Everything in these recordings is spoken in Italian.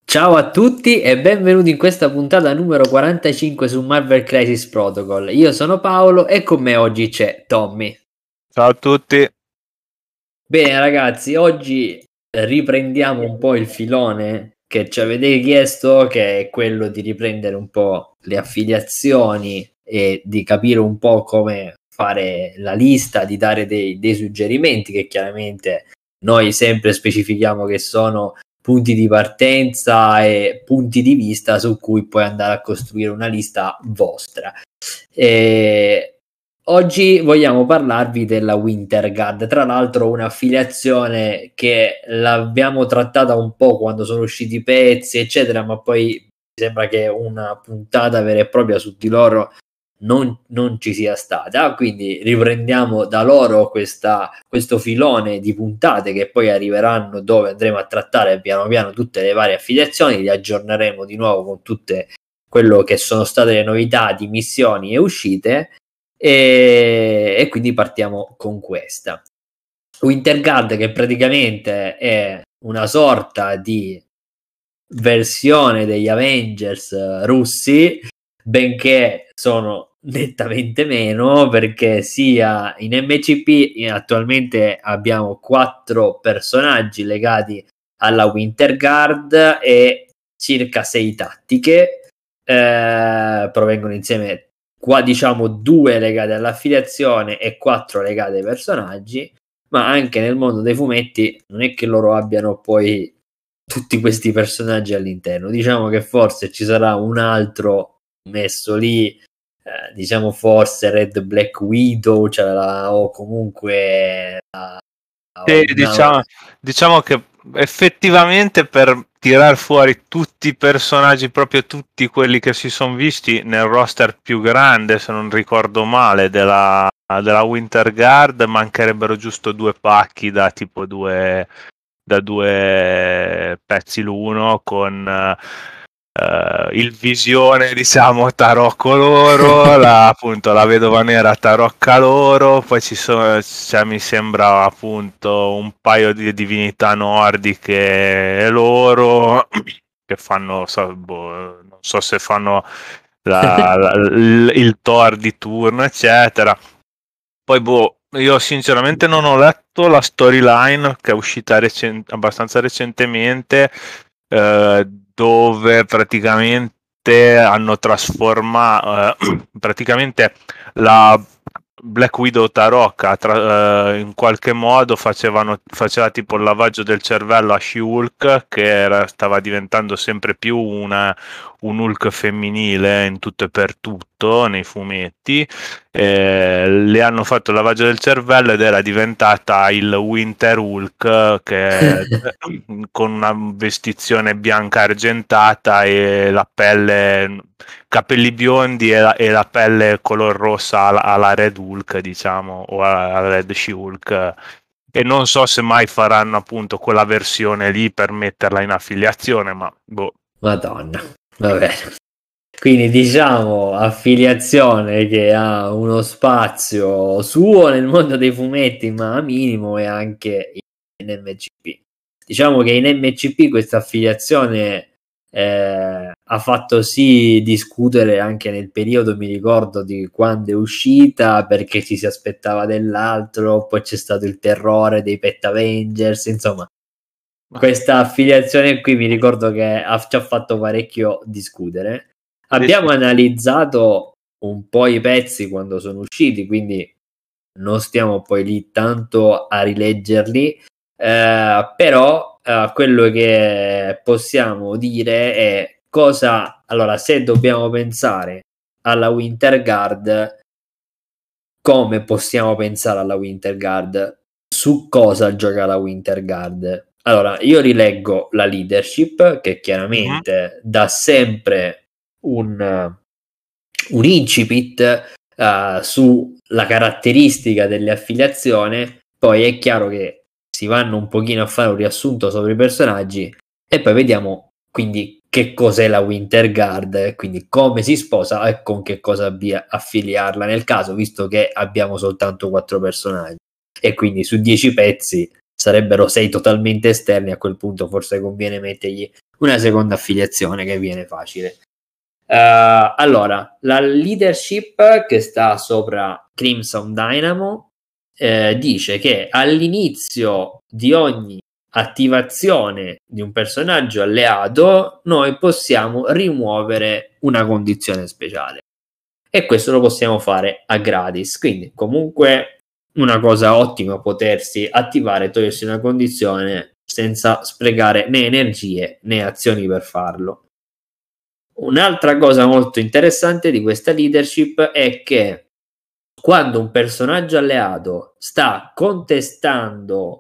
Ciao a tutti e benvenuti in questa puntata numero 45 su Marvel Crisis Protocol. Io sono Paolo e con me oggi c'è Tommy. Ciao a tutti. Bene ragazzi, oggi riprendiamo un po' il filone che ci avete chiesto, che è quello di riprendere un po' le affiliazioni e di capire un po' come fare la lista, di dare dei suggerimenti che chiaramente noi sempre specifichiamo che sono punti di partenza e punti di vista su cui poi andare a costruire una lista vostra. Oggi vogliamo parlarvi della Winter Guard, tra l'altro un'affiliazione che l'abbiamo trattata un po' quando sono usciti i pezzi eccetera, ma poi mi sembra che una puntata vera e propria su di loro non ci sia stata, quindi riprendiamo da loro questo filone di puntate che poi arriveranno, dove andremo a trattare piano piano tutte le varie affiliazioni, li aggiorneremo di nuovo con tutte quello che sono state le novità di missioni e uscite e quindi partiamo con questa Winter Guard, che praticamente è una sorta di versione degli Avengers russi, benché sono nettamente meno, perché sia in MCP attualmente abbiamo 4 personaggi legati alla Winter Guard e circa 6 tattiche, provengono insieme qua, diciamo 2 legate all'affiliazione e 4 legate ai personaggi, ma anche nel mondo dei fumetti non è che loro abbiano poi tutti questi personaggi all'interno. Diciamo che forse ci sarà un altro messo lì, diciamo forse Red Black Widow, cioè o comunque Sì, diciamo che effettivamente per tirar fuori tutti i personaggi, proprio tutti quelli che si sono visti nel roster più grande, se non ricordo male, della Winter Guard, mancherebbero giusto 2 pacchi da tipo da 2 pezzi l'uno con il Visione, diciamo, tarocco loro, appunto la Vedova Nera tarocca loro, poi cioè, mi sembra appunto un paio di divinità nordiche loro che fanno, non so se fanno il Thor di turno, eccetera. Poi io sinceramente non ho letto la storyline che è uscita abbastanza recentemente, dove praticamente hanno trasformato praticamente la Black Widow Tarocca in qualche modo faceva tipo il lavaggio del cervello a She-Hulk, che stava diventando sempre più un Hulk femminile in tutto e per tutto nei fumetti. Le hanno fatto il lavaggio del cervello ed era diventata il Winter Hulk, che con una vestizione bianca argentata e la pelle, capelli biondi e la pelle color rossa alla Red Hulk, diciamo, o alla Red She-Hulk. E non so se mai faranno appunto quella versione lì per metterla in affiliazione, ma boh. Madonna, vabbè. Quindi diciamo affiliazione che ha uno spazio suo nel mondo dei fumetti, ma minimo, e anche in MCP. Diciamo che in MCP questa affiliazione ha fatto sì discutere anche nel periodo, mi ricordo, di quando è uscita, perché ci si aspettava dell'altro, poi c'è stato il terrore dei Pet Avengers, insomma. Questa affiliazione qui mi ricordo che ci ha fatto parecchio discutere. Abbiamo analizzato un po' i pezzi quando sono usciti, quindi non stiamo poi lì tanto a rileggerli, però quello che possiamo dire è cosa, allora, se dobbiamo pensare alla Winter Guard, come possiamo pensare alla Winter Guard, su cosa gioca la Winter Guard. Allora, io rileggo la leadership, che chiaramente dà sempre un incipit sulla caratteristica delle affiliazioni. Poi è chiaro che si vanno un pochino a fare un riassunto sopra i personaggi e poi vediamo quindi che cos'è la Winter Guard, quindi come si sposa e con che cosa affiliarla, nel caso, visto che abbiamo soltanto 4 personaggi e quindi su 10 pezzi sarebbero 6 totalmente esterni. A quel punto forse conviene mettergli una seconda affiliazione che viene facile. Allora, la leadership che sta sopra Crimson Dynamo dice che all'inizio di ogni attivazione di un personaggio alleato noi possiamo rimuovere una condizione speciale, e questo lo possiamo fare a gratis, quindi comunque una cosa ottima potersi attivare e togliersi una condizione senza sprecare né energie né azioni per farlo. Un'altra cosa molto interessante di questa leadership è che quando un personaggio alleato sta contestando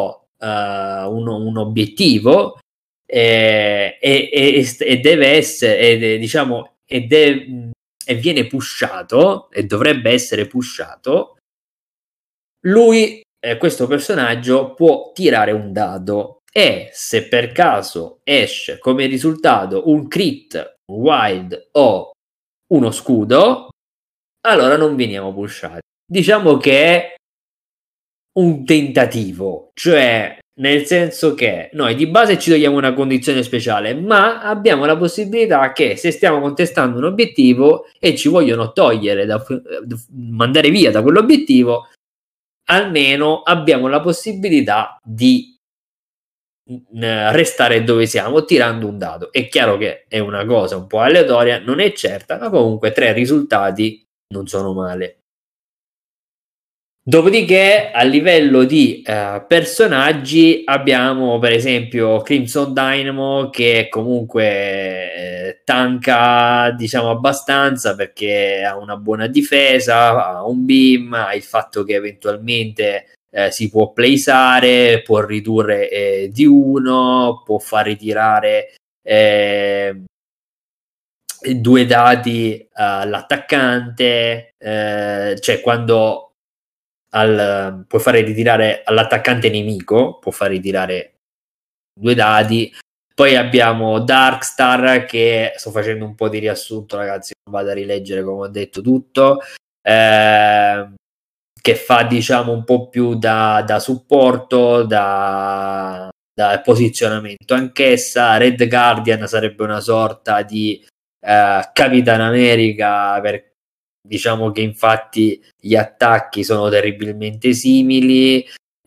un obiettivo e deve essere, diciamo, e viene pushato, e dovrebbe essere pushato, lui, questo personaggio, può tirare un dado, e se per caso esce come risultato un crit, un wild o uno scudo, allora non veniamo pushati. Diciamo che è un tentativo, cioè nel senso che noi di base ci togliamo una condizione speciale, ma abbiamo la possibilità che se stiamo contestando un obiettivo e ci vogliono togliere, mandare via da quell'obiettivo, almeno abbiamo la possibilità di restare dove siamo tirando un dado. È chiaro che è una cosa un po' aleatoria, non è certa, ma comunque 3 risultati non sono male. Dopodiché a livello di personaggi abbiamo per esempio Crimson Dynamo, che comunque tanka, diciamo, abbastanza, perché ha una buona difesa, ha un beam, ha il fatto che eventualmente si può placeare, può ridurre di 1, può far ritirare 2 dadi all'attaccante, cioè quando puoi fare ritirare all'attaccante nemico, può fare ritirare 2 dadi. Poi abbiamo Darkstar, che sto facendo un po' di riassunto, ragazzi, non vado a rileggere come ho detto tutto, che fa, diciamo, un po' più da supporto, da posizionamento. Anch'essa Red Guardian sarebbe una sorta di Capitan America, diciamo che infatti gli attacchi sono terribilmente simili,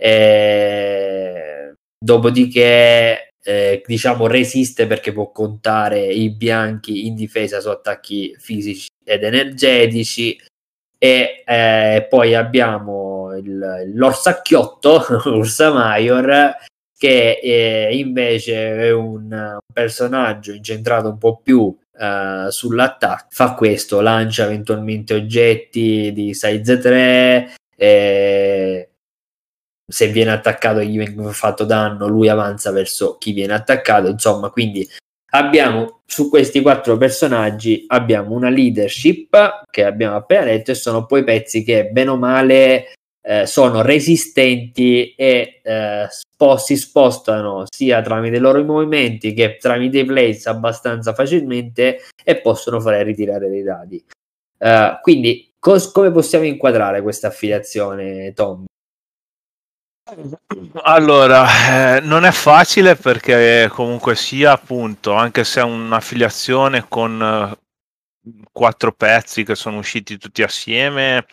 dopodiché diciamo resiste perché può contare i bianchi in difesa su attacchi fisici ed energetici. E poi abbiamo l'orsacchiotto Ursa Major, che invece è un personaggio incentrato un po' più sull'attacco. Fa questo, lancia eventualmente oggetti di size 3, se viene attaccato e gli viene fatto danno, lui avanza verso chi viene attaccato, insomma. Quindi abbiamo su questi 4 personaggi abbiamo una leadership che abbiamo appena detto, e sono poi pezzi che bene o male sono resistenti e si spostano sia tramite i loro movimenti che tramite i plays abbastanza facilmente, e possono fare ritirare dei dadi. Quindi come possiamo inquadrare questa affiliazione, Tom? Allora, non è facile, perché comunque sia, appunto, anche se è un'affiliazione con 4 pezzi che sono usciti tutti assieme,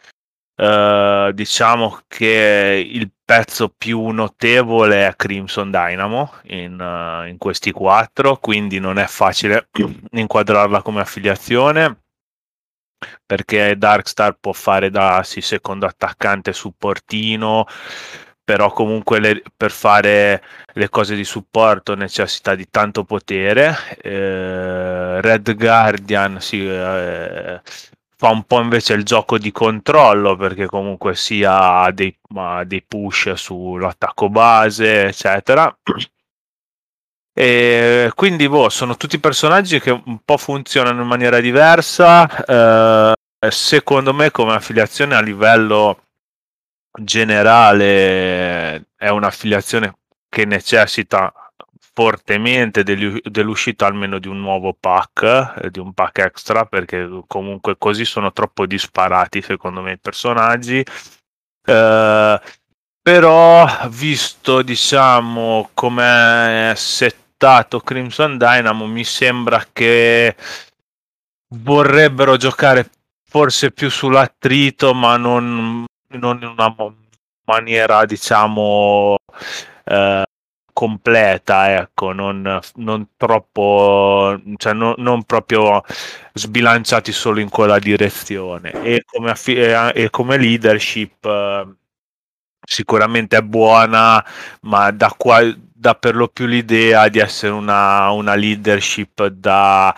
diciamo che il pezzo più notevole è Crimson Dynamo in questi 4, quindi non è facile inquadrarla come affiliazione, perché Darkstar può fare da secondo attaccante supportino, però comunque per fare le cose di supporto necessita di tanto potere. Red Guardian fa un po' invece il gioco di controllo, perché comunque ha dei push sull'attacco base, eccetera. E quindi sono tutti personaggi che un po' funzionano in maniera diversa. Secondo me come affiliazione a livello generale è un'affiliazione che necessita fortemente dell'uscita almeno di un nuovo pack, di un pack extra, perché comunque così sono troppo disparati secondo me i personaggi. Però visto, diciamo, come è settato Crimson Dynamo, mi sembra che vorrebbero giocare forse più sull'attrito, ma non in una maniera, diciamo, completa, ecco, non troppo, cioè non proprio sbilanciati solo in quella direzione. E come leadership sicuramente è buona, ma dà per lo più l'idea di essere una leadership da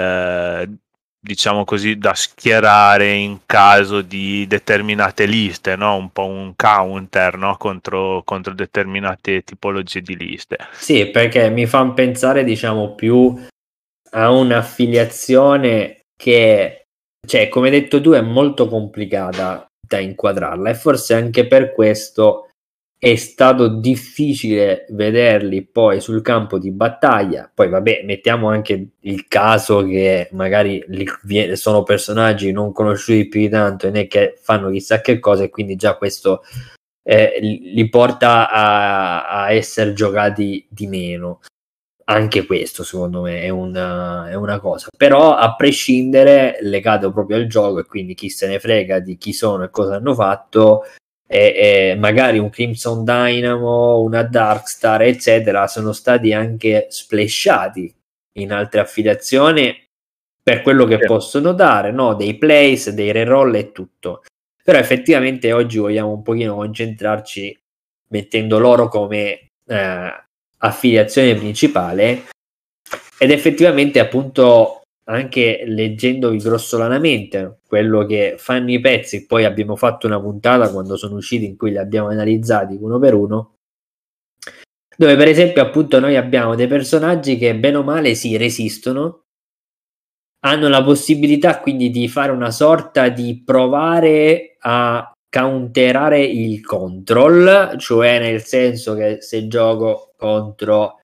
diciamo così, da schierare in caso di determinate liste, no? Un po' un counter, no? Contro determinate tipologie di liste. Sì, perché mi fa pensare, diciamo, più a un'affiliazione che, cioè, come hai detto tu, è molto complicata da inquadrarla, e forse anche per questo è stato difficile vederli poi sul campo di battaglia. Poi vabbè, mettiamo anche il caso che magari sono personaggi non conosciuti più di tanto e né che fanno chissà che cosa, e quindi già questo li porta a essere giocati di meno. Anche questo secondo me è una cosa, però a prescindere, legato proprio al gioco, e quindi chi se ne frega di chi sono e cosa hanno fatto, e magari un Crimson Dynamo, una Darkstar eccetera sono stati anche splashati in altre affiliazioni per quello che possono dare, no? Dei plays, dei reroll e tutto. Però effettivamente oggi vogliamo un pochino concentrarci mettendo loro come affiliazione principale, ed effettivamente appunto anche leggendovi grossolanamente quello che fanno i pezzi. Poi abbiamo fatto una puntata quando sono usciti in cui li abbiamo analizzati uno per uno, dove per esempio appunto noi abbiamo dei personaggi che bene o male si resistono, hanno la possibilità quindi di fare una sorta di provare a counterare il control, cioè nel senso che se gioco contro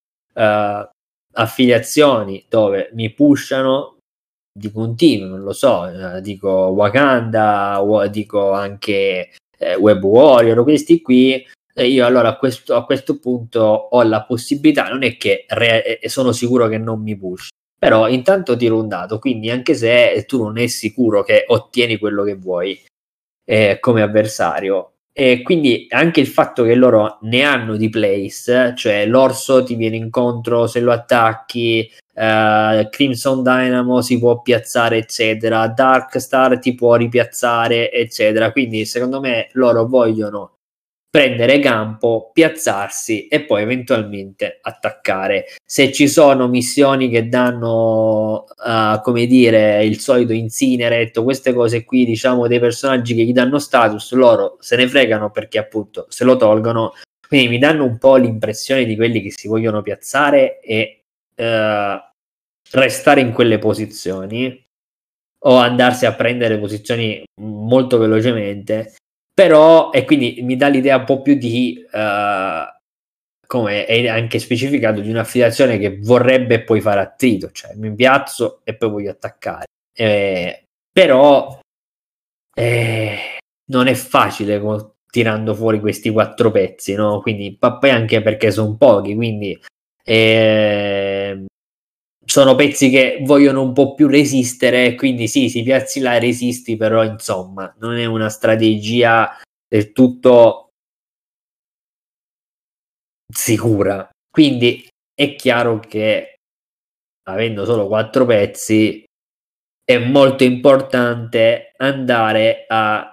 affiliazioni dove mi pushano di continuo, non lo so, dico Wakanda, dico anche Web Warrior, questi qui, io allora a questo punto ho la possibilità, non è che sono sicuro che non mi push, però intanto tiro un dato, quindi anche se tu non è sicuro che ottieni quello che vuoi come avversario, e quindi anche il fatto che loro ne hanno di place, cioè l'orso ti viene incontro se lo attacchi, Crimson Dynamo si può piazzare eccetera, Darkstar ti può ripiazzare eccetera, quindi secondo me loro vogliono prendere campo, piazzarsi e poi eventualmente attaccare. Se ci sono missioni che danno come dire il solito Incinerate, queste cose qui, diciamo dei personaggi che gli danno status, loro se ne fregano perché appunto se lo tolgono, quindi mi danno un po' l'impressione di quelli che si vogliono piazzare e restare in quelle posizioni o andarsi a prendere posizioni molto velocemente. Però, e quindi mi dà l'idea un po' più di come è anche specificato, di un'affiliazione che vorrebbe poi fare attrito, cioè mi piazzo e poi voglio attaccare, però non è facile tirando fuori questi 4 pezzi, no? Quindi poi anche perché sono pochi, quindi sono pezzi che vogliono un po' più resistere, quindi sì, si piazzi là e resisti, però insomma non è una strategia del tutto sicura. Quindi è chiaro che avendo solo 4 pezzi è molto importante andare a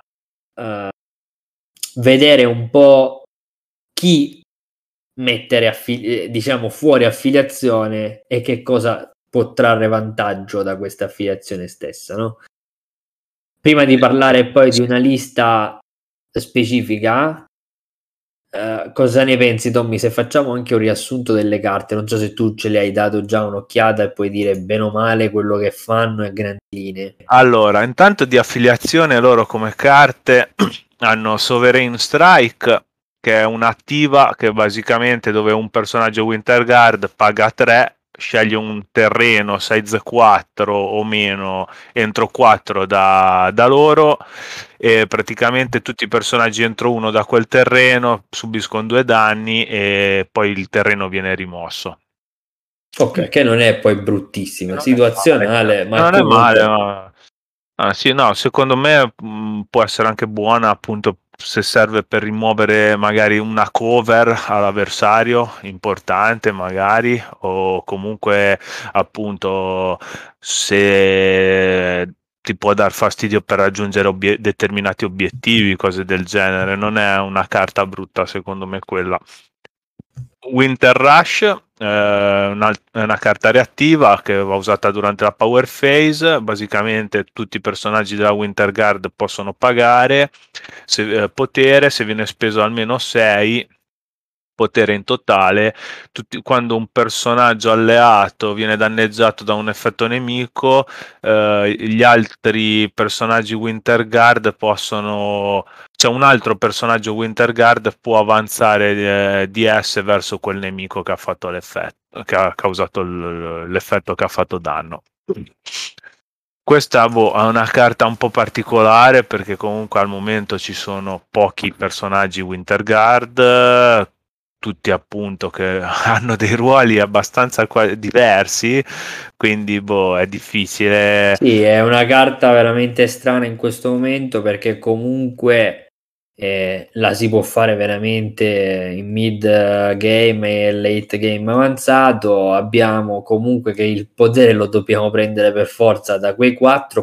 vedere un po' chi mettere diciamo fuori affiliazione e che cosa può trarre vantaggio da questa affiliazione stessa, no? Prima di parlare poi di una lista specifica, cosa ne pensi, Tommy, se facciamo anche un riassunto delle carte? Non so se tu ce le hai dato già un'occhiata e puoi dire bene o male quello che fanno a grandi linee. Allora, intanto di affiliazione loro come carte hanno Sovereign Strike, che è un'attiva che basicamente dove un personaggio Winterguard paga 3 scegli un terreno size 4 o meno entro 4 da loro, e praticamente tutti i personaggi entro uno da quel terreno subiscono 2 danni e poi il terreno viene rimosso. Ok, che non è poi bruttissima, Non è male, situazionale, ma non è male, comunque ma... sì, no, secondo me può essere anche buona, appunto, se serve per rimuovere magari una cover all'avversario importante, magari, o comunque, appunto, se ti può dar fastidio per raggiungere determinati obiettivi, cose del genere. Non è una carta brutta, secondo me, quella. Winter Rush è una carta reattiva che va usata durante la Power Phase. Basicamente tutti i personaggi della Winter Guard possono pagare potere, se viene speso almeno 6 potere in totale. Quando un personaggio alleato viene danneggiato da un effetto nemico, gli altri personaggi Winter Guard possono, cioè un altro personaggio Winter Guard può avanzare DS verso quel nemico che ha fatto l'effetto, che ha causato l'effetto che ha fatto danno. Questa è una carta un po' particolare perché comunque al momento ci sono pochi personaggi Winter Guard, tutti appunto che hanno dei ruoli abbastanza diversi, quindi è difficile. sì, è una carta veramente strana in questo momento perché comunque la si può fare veramente in mid game e late game avanzato. Abbiamo comunque che il potere lo dobbiamo prendere per forza da quei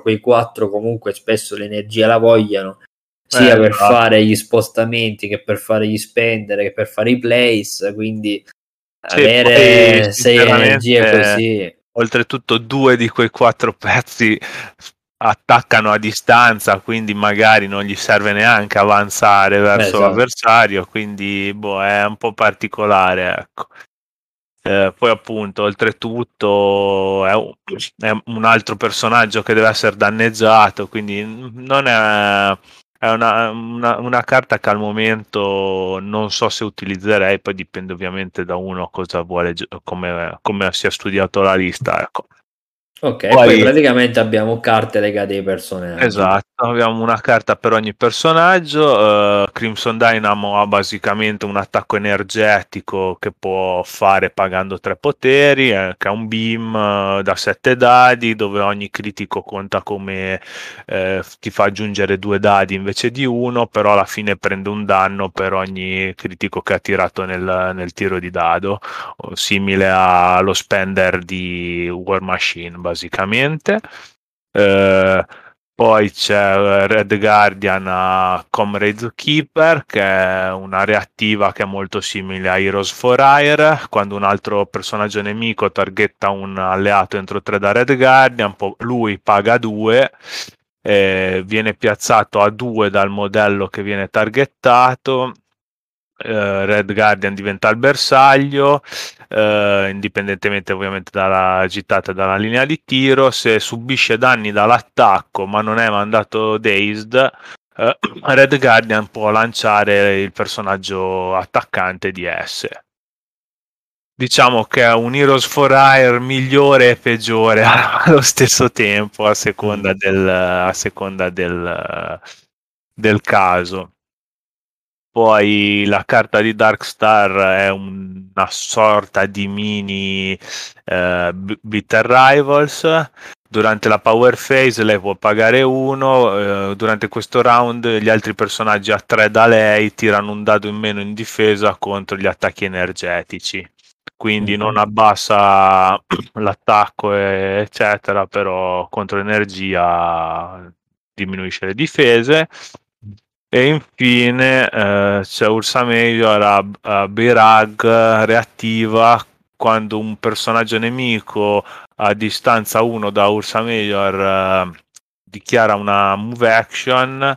4 comunque spesso l'energia la vogliono sia per Esatto. fare gli spostamenti che per fare gli spendere che per fare i plays, quindi Sì, poi avere 6 energie sinceramente, così. oltretutto 2 di quei 4 pezzi attaccano a distanza, quindi magari non gli serve neanche avanzare verso Esatto. l'avversario, quindi è un po' particolare, ecco. Poi appunto, oltretutto è un altro personaggio che deve essere danneggiato, quindi non è una carta che al momento non so se utilizzerei, poi dipende ovviamente da uno cosa vuole, come si è studiato la lista, ecco. Ok, poi Poi praticamente abbiamo carte legate ai personaggi. esatto, abbiamo una carta per ogni personaggio. Crimson Dynamo ha basicamente un attacco energetico che può fare pagando 3 poteri, che ha un beam da 7 dadi, dove ogni critico conta come ti fa aggiungere 2 dadi invece di 1, però alla fine prende un danno per ogni critico che ha tirato nel tiro di dado, simile allo spender di War Machine basicamente. Eh, Poi c'è Red Guardian a Comrade Keeper, che è una reattiva che è molto simile a Heroes for Hire. Quando un altro personaggio nemico targetta un alleato entro 3 da Red Guardian, lui paga 2, viene piazzato a 2 dal modello che viene targettato. Red Guardian diventa il bersaglio, indipendentemente ovviamente dalla gittata e dalla linea di tiro. Se subisce danni dall'attacco ma non è mandato dazed, Red Guardian può lanciare il personaggio attaccante di S. Diciamo che è un Heroes for Hire migliore e peggiore allo stesso tempo, a seconda del caso. Poi la carta di Darkstar è una sorta di mini Bitter Rivals. Durante la Power Phase lei può pagare 1. Durante questo round gli altri personaggi a 3 da lei tirano un dado in meno in difesa contro gli attacchi energetici. Quindi non abbassa l'attacco, eccetera, però contro energia diminuisce le difese. E infine c'è Ursa Major a Birag reattiva. Quando un personaggio nemico a distanza 1 da Ursa Major dichiara una move action,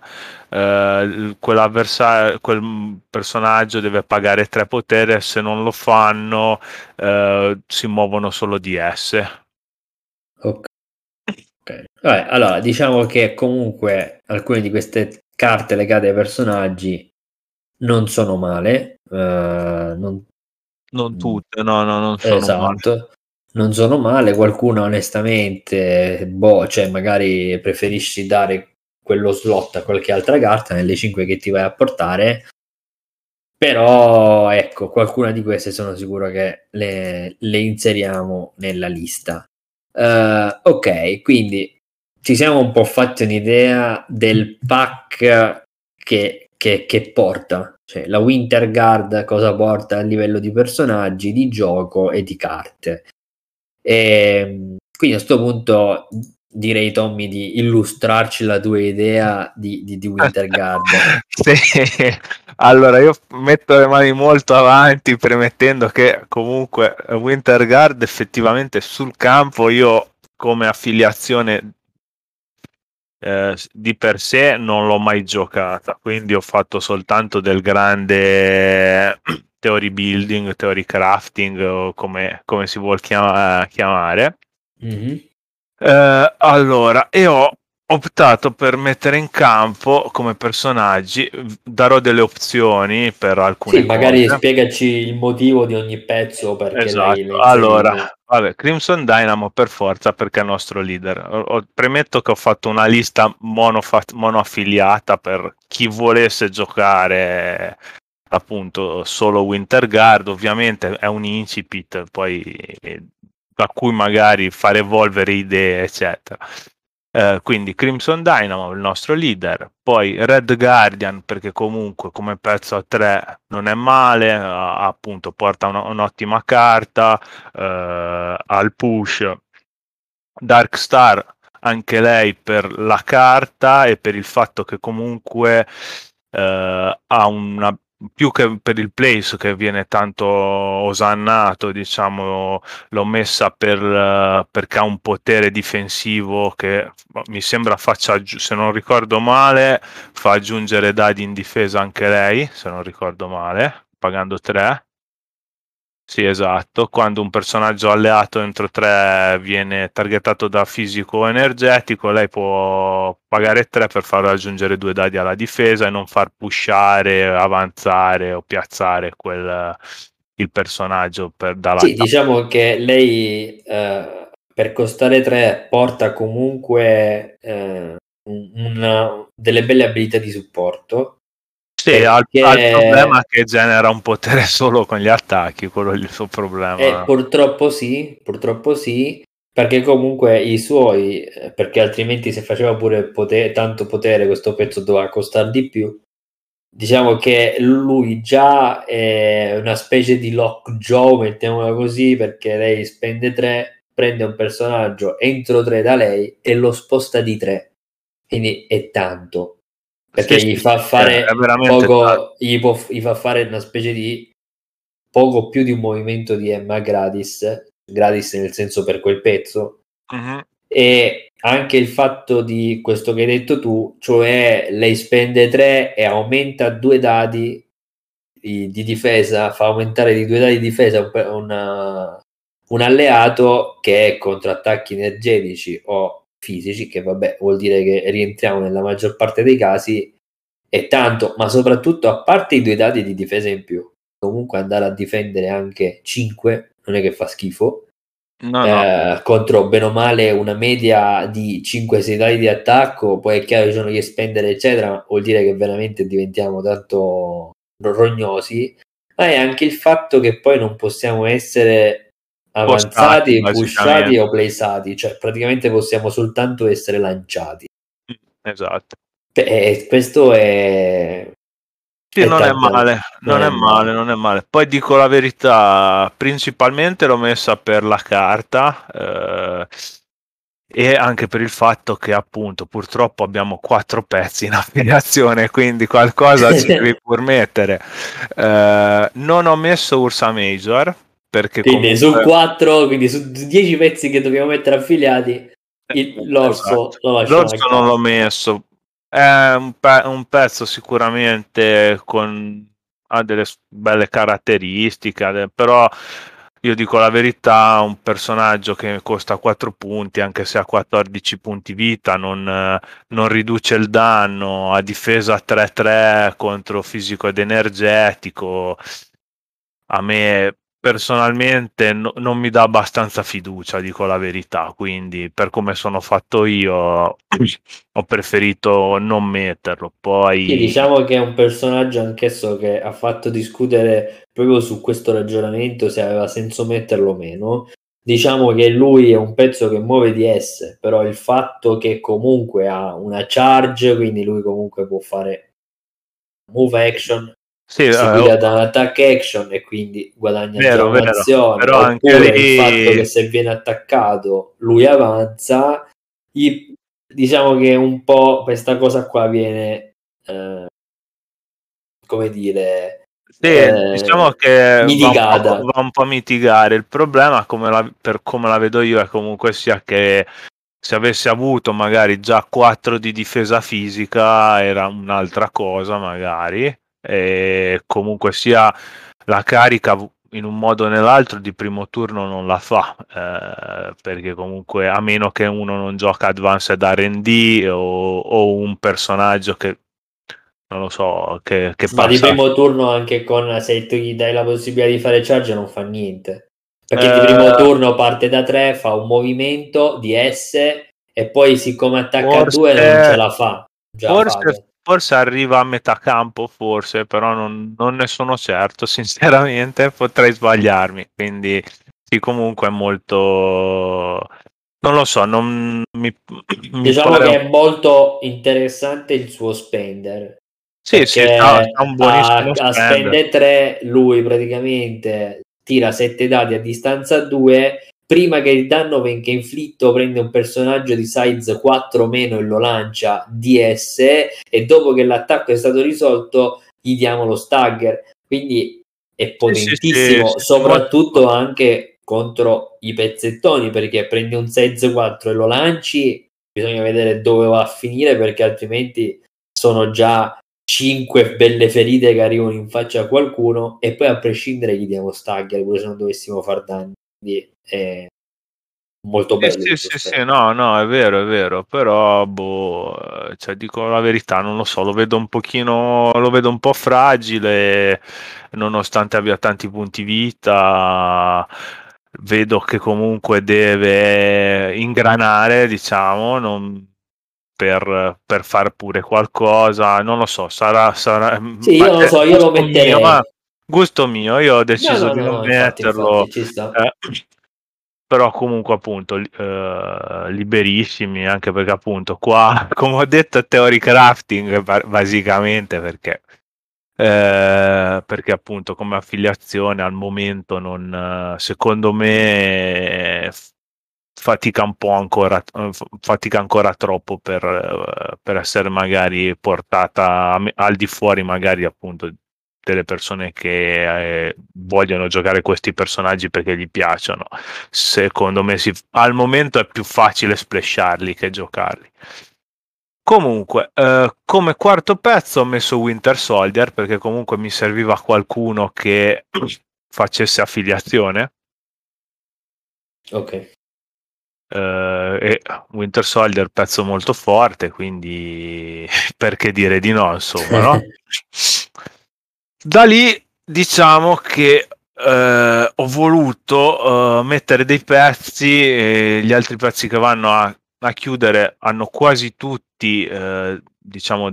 quel personaggio deve pagare 3 potere. Se non lo fanno si muovono solo DS. Ok. Vabbè, allora diciamo che comunque alcune di queste carte legate ai personaggi non sono male. Non tutte, no, non sono male. Esatto. non sono male, qualcuna onestamente, cioè magari preferisci dare quello slot a qualche altra carta nelle 5 che ti vai a portare, però ecco, qualcuna di queste sono sicuro che le inseriamo nella lista. Ok, quindi ci siamo un po' fatti un'idea del pack che porta, cioè la Winter Guard cosa porta a livello di personaggi, di gioco e di carte. Quindi a questo punto direi, Tommy, di illustrarci la tua idea di Winter Guard. Sì, allora io metto le mani molto avanti premettendo che comunque Winter Guard effettivamente sul campo io come affiliazione di per sé non l'ho mai giocata, quindi ho fatto soltanto del grande theory building, theory crafting o come si vuol chiamare. Mm-hmm. Allora, e ho optato per mettere in campo come personaggi, darò delle opzioni per Sì, alcune magari cose. spiegaci il motivo di ogni pezzo perché l'hai Esatto, inserito. allora, vabbè, Crimson Dynamo per forza perché è il nostro leader. Premetto che ho fatto una lista monoaffiliata per chi volesse giocare appunto solo Winter Guard, ovviamente è un incipit, poi da cui magari far evolvere idee, eccetera. Quindi Crimson Dynamo, il nostro leader, poi Red Guardian perché comunque come pezzo a 3 non è male, appunto porta un'ottima carta, al push. Dark Star anche lei per la carta e per il fatto che comunque ha una più che per il place che viene tanto osannato, diciamo, l'ho messa perché ha un potere difensivo che mi sembra faccia, se non ricordo male, fa aggiungere dadi in difesa anche lei, se non ricordo male, pagando 3. Sì, esatto. Quando un personaggio alleato entro 3 viene targetato da fisico energetico, lei può pagare 3 per far raggiungere 2 dadi alla difesa e non far pushare, avanzare o piazzare il personaggio Sì, dall'attacco. diciamo che lei per costare 3 porta comunque delle belle abilità di supporto Sì, ha il problema perché che genera un potere solo con gli attacchi, quello è il suo problema. purtroppo sì, perché comunque i suoi, perché altrimenti se faceva pure tanto potere questo pezzo doveva costare di più. Diciamo che lui già è una specie di Lockjaw, mettiamola così, perché lei spende 3, prende un personaggio entro 3 da lei e lo sposta di 3, quindi è tanto, perché Sì, gli sì, fa sì, è fare veramente tanto. poco, gli fa fare una specie di poco più di un movimento di Emma gratis, gratis nel senso per quel pezzo, Mhm. e anche il fatto di questo che hai detto tu, cioè lei spende 3 e aumenta 2 dadi di difesa, fa aumentare di 2 dadi di difesa un alleato che è contro attacchi energetici o fisici, che vabbè vuol dire che rientriamo nella maggior parte dei casi, è tanto, ma soprattutto a parte i 2 dadi di difesa in più, comunque andare a difendere anche 5 non è che fa schifo, No, no. contro bene o male una media di 5-6 dadi di attacco, poi è chiaro che ci sono gli spendere eccetera, ma vuol dire che veramente diventiamo tanto rognosi, ma è anche il fatto che poi non possiamo essere Postati, avanzati, pushati basicamente. o playsati, cioè praticamente possiamo soltanto essere lanciati. Esatto. Questo Sì, è non è tanta, male, non non è è male, male. non è male. Poi dico la verità, principalmente l'ho messa per la carta e anche per il fatto che appunto purtroppo abbiamo 4 pezzi in affiliazione, quindi qualcosa ci devi pur mettere. Non ho messo Ursa Major perché Quindi su comunque 4, quindi su 10 pezzi che dobbiamo mettere affiliati, l'orso esatto. lo lasciamo a L'orso non l'ho casa. messo. È un pezzo sicuramente ha delle belle caratteristiche, però io dico la verità, un personaggio che costa 4 punti, anche se ha 14 punti vita, non riduce il danno, a difesa 3-3 contro fisico ed energetico. A me personalmente non mi dà abbastanza fiducia, dico la verità, quindi per come sono fatto io ho preferito non metterlo. Sì, Poi diciamo che è un personaggio anch'esso che ha fatto discutere proprio su questo ragionamento se aveva senso metterlo o meno. Diciamo che lui è un pezzo che muove DS, però il fatto che comunque ha una charge, quindi lui comunque può fare move action sì, seguita da un attack action e quindi guadagna già vero, un'azione, però anche oppure il fatto che lì se viene attaccato lui avanza, diciamo che un po' questa cosa qua viene come dire sì, diciamo che mitigata. va un po' a mitigare. Il problema, per come la vedo io, è comunque sia che se avesse avuto magari già 4 di difesa fisica era un'altra cosa, magari. E comunque sia la carica in un modo o nell'altro di primo turno non la fa, perché comunque a meno che uno non gioca Advanced R&D o un personaggio che non lo so, che Ma di passa. primo turno anche con se tu gli dai la possibilità di fare charge non fa niente. Perché di primo Eh, turno parte da 3, fa un movimento di S e poi siccome attacca a 2 non ce forse, la fa. Già forse, fa. forse arriva a metà campo, forse, però non ne sono certo, sinceramente, potrei sbagliarmi. Quindi sì, comunque è molto. Non lo so, non mi Diciamo pare. che è molto interessante il suo spender. Sì, sì, c'ha Perché un buonissimo a spend. spende 3 lui praticamente tira 7 dadi a distanza 2 prima che il danno venga inflitto prende un personaggio di size 4 o meno e lo lancia DS e dopo che l'attacco è stato risolto gli diamo lo stagger, quindi è Sì, sì, sì, potentissimo sì, molto soprattutto forte. anche contro i pezzettoni, perché prendi un size 4 e lo lanci bisogna vedere dove va a finire, perché altrimenti sono già 5 belle ferite che arrivano in faccia a qualcuno e poi a prescindere gli diamo stagger pure se non dovessimo far danni, quindi è molto Sì, bello sì, questo sì, sì, spell. no, è vero, però, boh, cioè, dico la verità, non lo so, lo vedo un po' fragile, nonostante abbia tanti punti vita, vedo che comunque deve ingranare, diciamo, per far pure qualcosa, non lo so, Sì, ma io non lo so, io lo metterei. gusto mio, io ho No, deciso no, di no, non no, metterlo. infatti ci sta. eh, Però comunque appunto liberissimi, anche perché appunto qua come ho detto è theory crafting basicamente, perché appunto come affiliazione al momento non secondo me fatica un po' ancora, fatica ancora troppo per essere magari portata al di fuori magari appunto delle persone che vogliono giocare questi personaggi perché gli piacciono. Secondo me al momento è più facile splasharli che giocarli. Comunque, come quarto pezzo ho messo Winter Soldier perché comunque mi serviva qualcuno che facesse affiliazione. Ok. E Winter Soldier pezzo molto forte, quindi perché dire di no, insomma, no? Da lì diciamo che ho voluto mettere dei pezzi e gli altri pezzi che vanno a chiudere hanno quasi tutti, diciamo,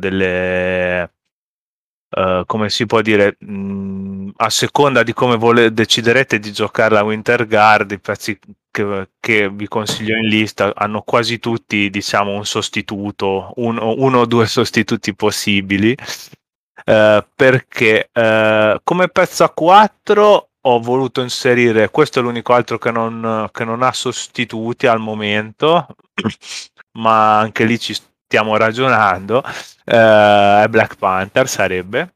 come si può dire, a seconda di come deciderete di giocare la Winter Guard, i pezzi che vi consiglio in lista hanno quasi tutti, diciamo, un sostituto, uno o due sostituti possibili, perché come pezzo a 4 ho voluto inserire, questo è l'unico altro che non ha sostituti al momento, ma anche lì ci stiamo ragionando, è Black Panther sarebbe.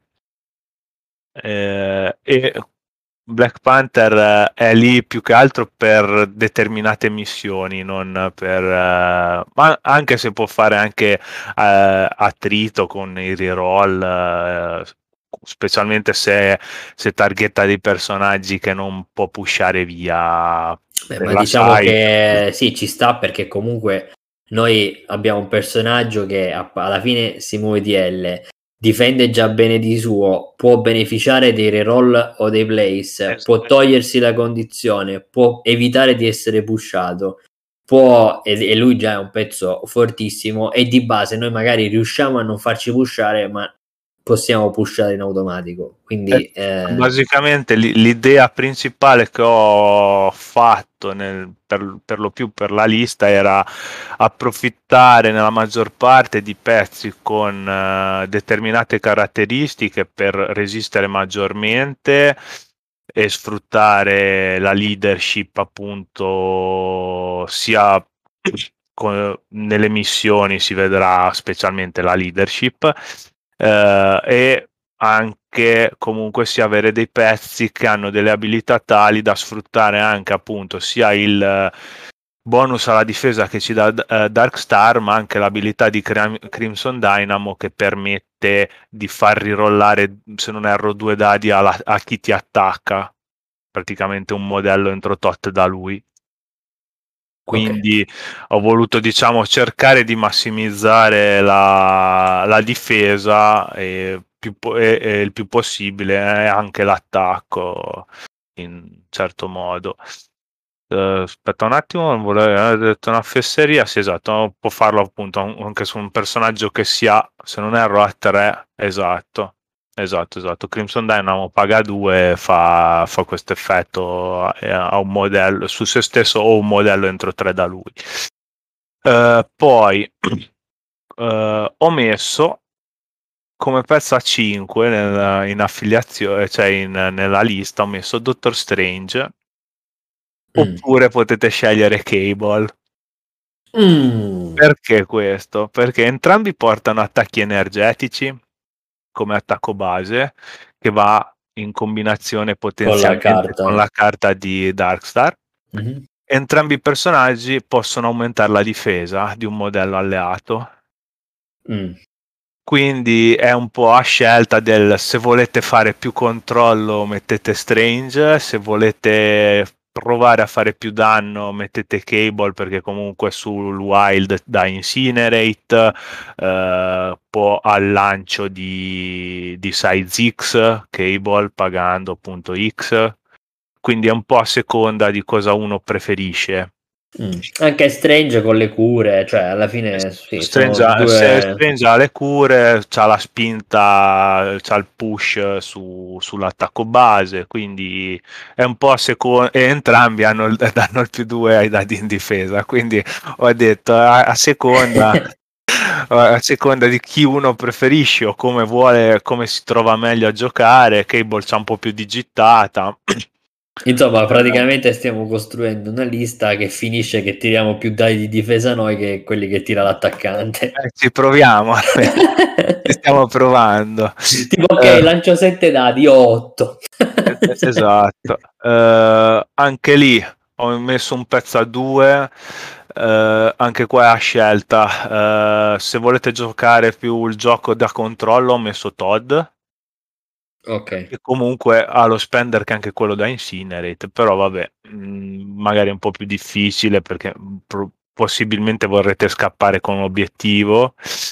E Black Panther è lì più che altro per determinate missioni, non per, ma anche se può fare anche attrito con i reroll, specialmente se targetta dei personaggi che non può pushare via Beh, per ma la diciamo side. che sì, ci sta perché comunque noi abbiamo un personaggio che alla fine si muove di L difende già bene di suo, può beneficiare dei reroll o dei plays, può togliersi la condizione, può evitare di essere pushato, può, e lui già è un pezzo fortissimo, e di base noi magari riusciamo a non farci pushare, ma possiamo pushare in automatico. Quindi basicamente l'idea principale che ho fatto per lo più per la lista era approfittare nella maggior parte di pezzi con determinate caratteristiche per resistere maggiormente e sfruttare la leadership appunto sia nelle missioni si vedrà specialmente la leadership e anche comunque sia avere dei pezzi che hanno delle abilità tali da sfruttare anche appunto sia il bonus alla difesa che ci dà Darkstar, ma anche l'abilità di Crimson Dynamo che permette di far rirollare, se non erro, 2 dadi a chi ti attacca, praticamente un modello entro tot da lui. Quindi ho voluto diciamo cercare di massimizzare la difesa e il più possibile anche l'attacco in certo modo. Aspetta un attimo, volevo detto una fesseria, sì esatto, può farlo appunto anche su un personaggio che sia, se non erro, a 3, esatto. Esatto. Crimson Dynamo paga 2 e fa questo effetto a un modello su se stesso o un modello entro 3 da lui. Poi ho messo come pezzo a 5 in affiliazione, cioè nella lista ho messo Doctor Strange. Oppure potete scegliere Cable. Perché questo? Perché entrambi portano attacchi energetici come attacco base che va in combinazione potenzialmente con la carta di Darkstar. Entrambi i personaggi possono aumentare la difesa di un modello alleato. Quindi è un po' a scelta del se volete fare più controllo mettete Strange, se volete provare a fare più danno mettete Cable perché comunque sul Wild da Incinerate, può al lancio di size X, Cable pagando appunto X, quindi è un po' a seconda di cosa uno preferisce. Anche Strange con le cure, cioè alla fine sì, Strange ha le cure, c'ha la spinta, c'ha il push sull'attacco base, quindi è un po' a seconda, e entrambi danno il +2 ai dadi in difesa, quindi ho detto a seconda di chi uno preferisce o come vuole, come si trova meglio a giocare. Cable c'ha un po' più digitata. Insomma, praticamente stiamo costruendo una lista che finisce che tiriamo più dadi di difesa noi che quelli che tira l'attaccante. Ci proviamo, ci stiamo provando. Tipo, ok, lancio 7 dadi, 8. Esatto. Anche lì ho messo un pezzo a 2. Anche qua è a scelta. Se volete giocare più il gioco da controllo, ho messo Todd. E comunque ha lo spender che è anche quello da Incinerate, però vabbè, magari è un po' più difficile perché possibilmente vorrete scappare con un obiettivo.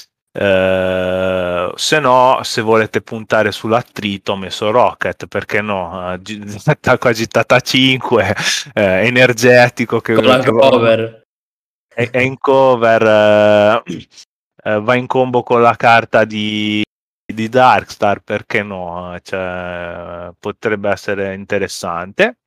Se no, se volete puntare sull'attrito, ho messo Rocket, perché no? Attacco agitata 5, energetico che con la cover è in cover, va in combo con la carta di Darkstar, perché no? Cioè, potrebbe essere interessante.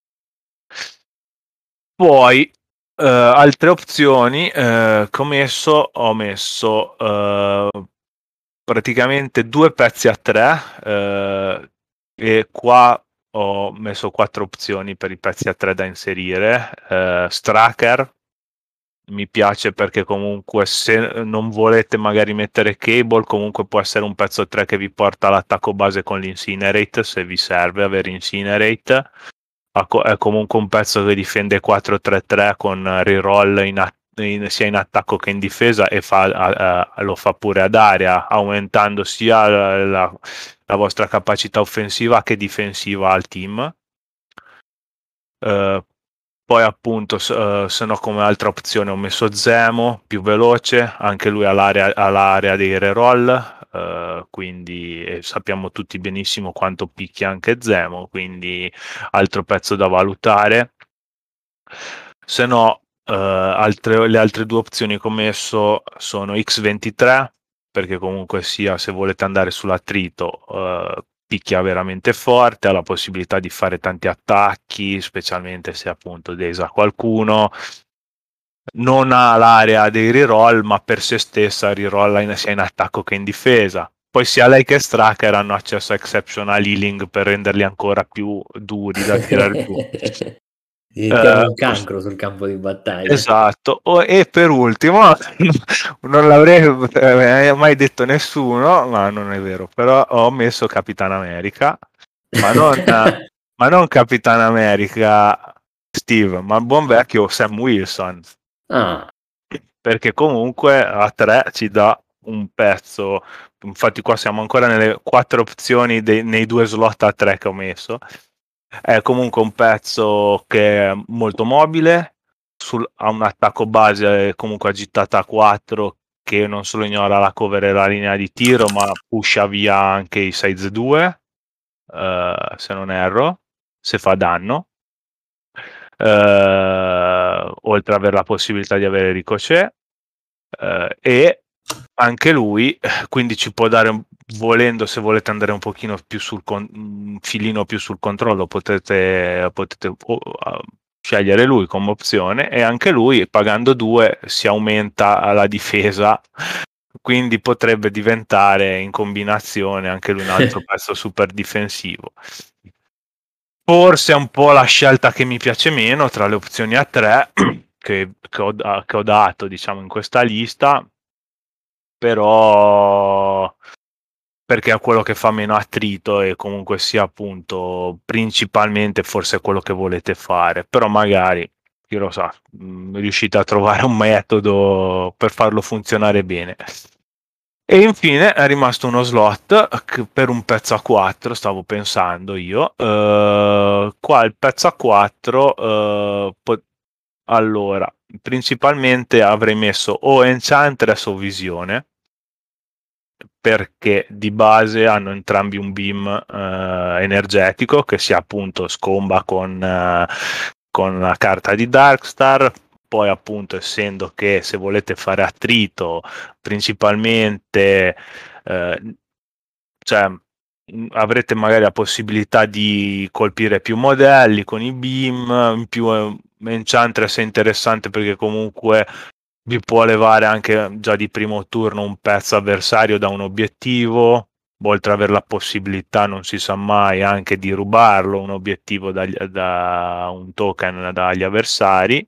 Poi altre opzioni che ho messo praticamente 2 pezzi a 3 e qua ho messo 4 opzioni per i pezzi a 3 da inserire. Stracker mi piace perché comunque se non volete magari mettere Cable, comunque può essere un pezzo 3 che vi porta all'attacco base con l'Incinerate, se vi serve avere Incinerate. È comunque un pezzo che difende 4-3-3 con reroll sia in attacco che in difesa e lo fa pure ad area, aumentando sia la vostra capacità offensiva che difensiva al team. Poi appunto se no come altra opzione ho messo Zemo, più veloce, anche lui all'area dei reroll, quindi sappiamo tutti benissimo quanto picchia anche Zemo, quindi altro pezzo da valutare. Se no, le altre due opzioni che ho messo sono X23, perché comunque sia, se volete andare sull'attrito, picchia veramente forte, ha la possibilità di fare tanti attacchi, specialmente se appunto desa qualcuno. Non ha l'area dei reroll, ma per se stessa rerolla sia in attacco che in difesa. Poi sia lei che Straker hanno accesso a exceptional healing per renderli ancora più duri da tirare giù. Diventiamo un cancro sul campo di battaglia. Esatto. E per ultimo, non l'avrei mai detto nessuno, ma non è vero, però ho messo Capitan America, ma non Capitan America Steve, ma il buon vecchio Sam Wilson. Ah, Perché comunque a 3 ci dà un pezzo, infatti qua siamo ancora nelle 4 opzioni nei 2 slot a 3 che ho messo. È comunque un pezzo che è molto mobile, ha un attacco base comunque agitata a 4 che non solo ignora la cover e la linea di tiro, ma pusha via anche i size 2, se non erro, se fa danno. Oltre ad avere la possibilità di avere ricochet, e anche lui quindi ci può dare, volendo, se volete andare un pochino più un filino più sul controllo, potete scegliere lui come opzione, e anche lui pagando 2 si aumenta la difesa, quindi potrebbe diventare in combinazione anche lui un altro pezzo super difensivo. Forse è un po' la scelta che mi piace meno tra le opzioni a 3 che ho dato, diciamo, in questa lista, però perché è quello che fa meno attrito e comunque sia appunto principalmente forse quello che volete fare, però magari, chi lo sa, riuscite a trovare un metodo per farlo funzionare bene. E infine è rimasto uno slot per un pezzo a 4, stavo pensando io. Qua il pezzo a 4, allora, principalmente avrei messo o Enchantress o Visione, perché di base hanno entrambi un beam energetico che si appunto scomba con la carta di Darkstar. Poi appunto, essendo che se volete fare attrito principalmente cioè avrete magari la possibilità di colpire più modelli con i beam, in più Enchantress è interessante perché comunque vi può levare anche già di primo turno un pezzo avversario da un obiettivo, oltre ad avere la possibilità, non si sa mai, anche di rubarlo un obiettivo da un token dagli avversari.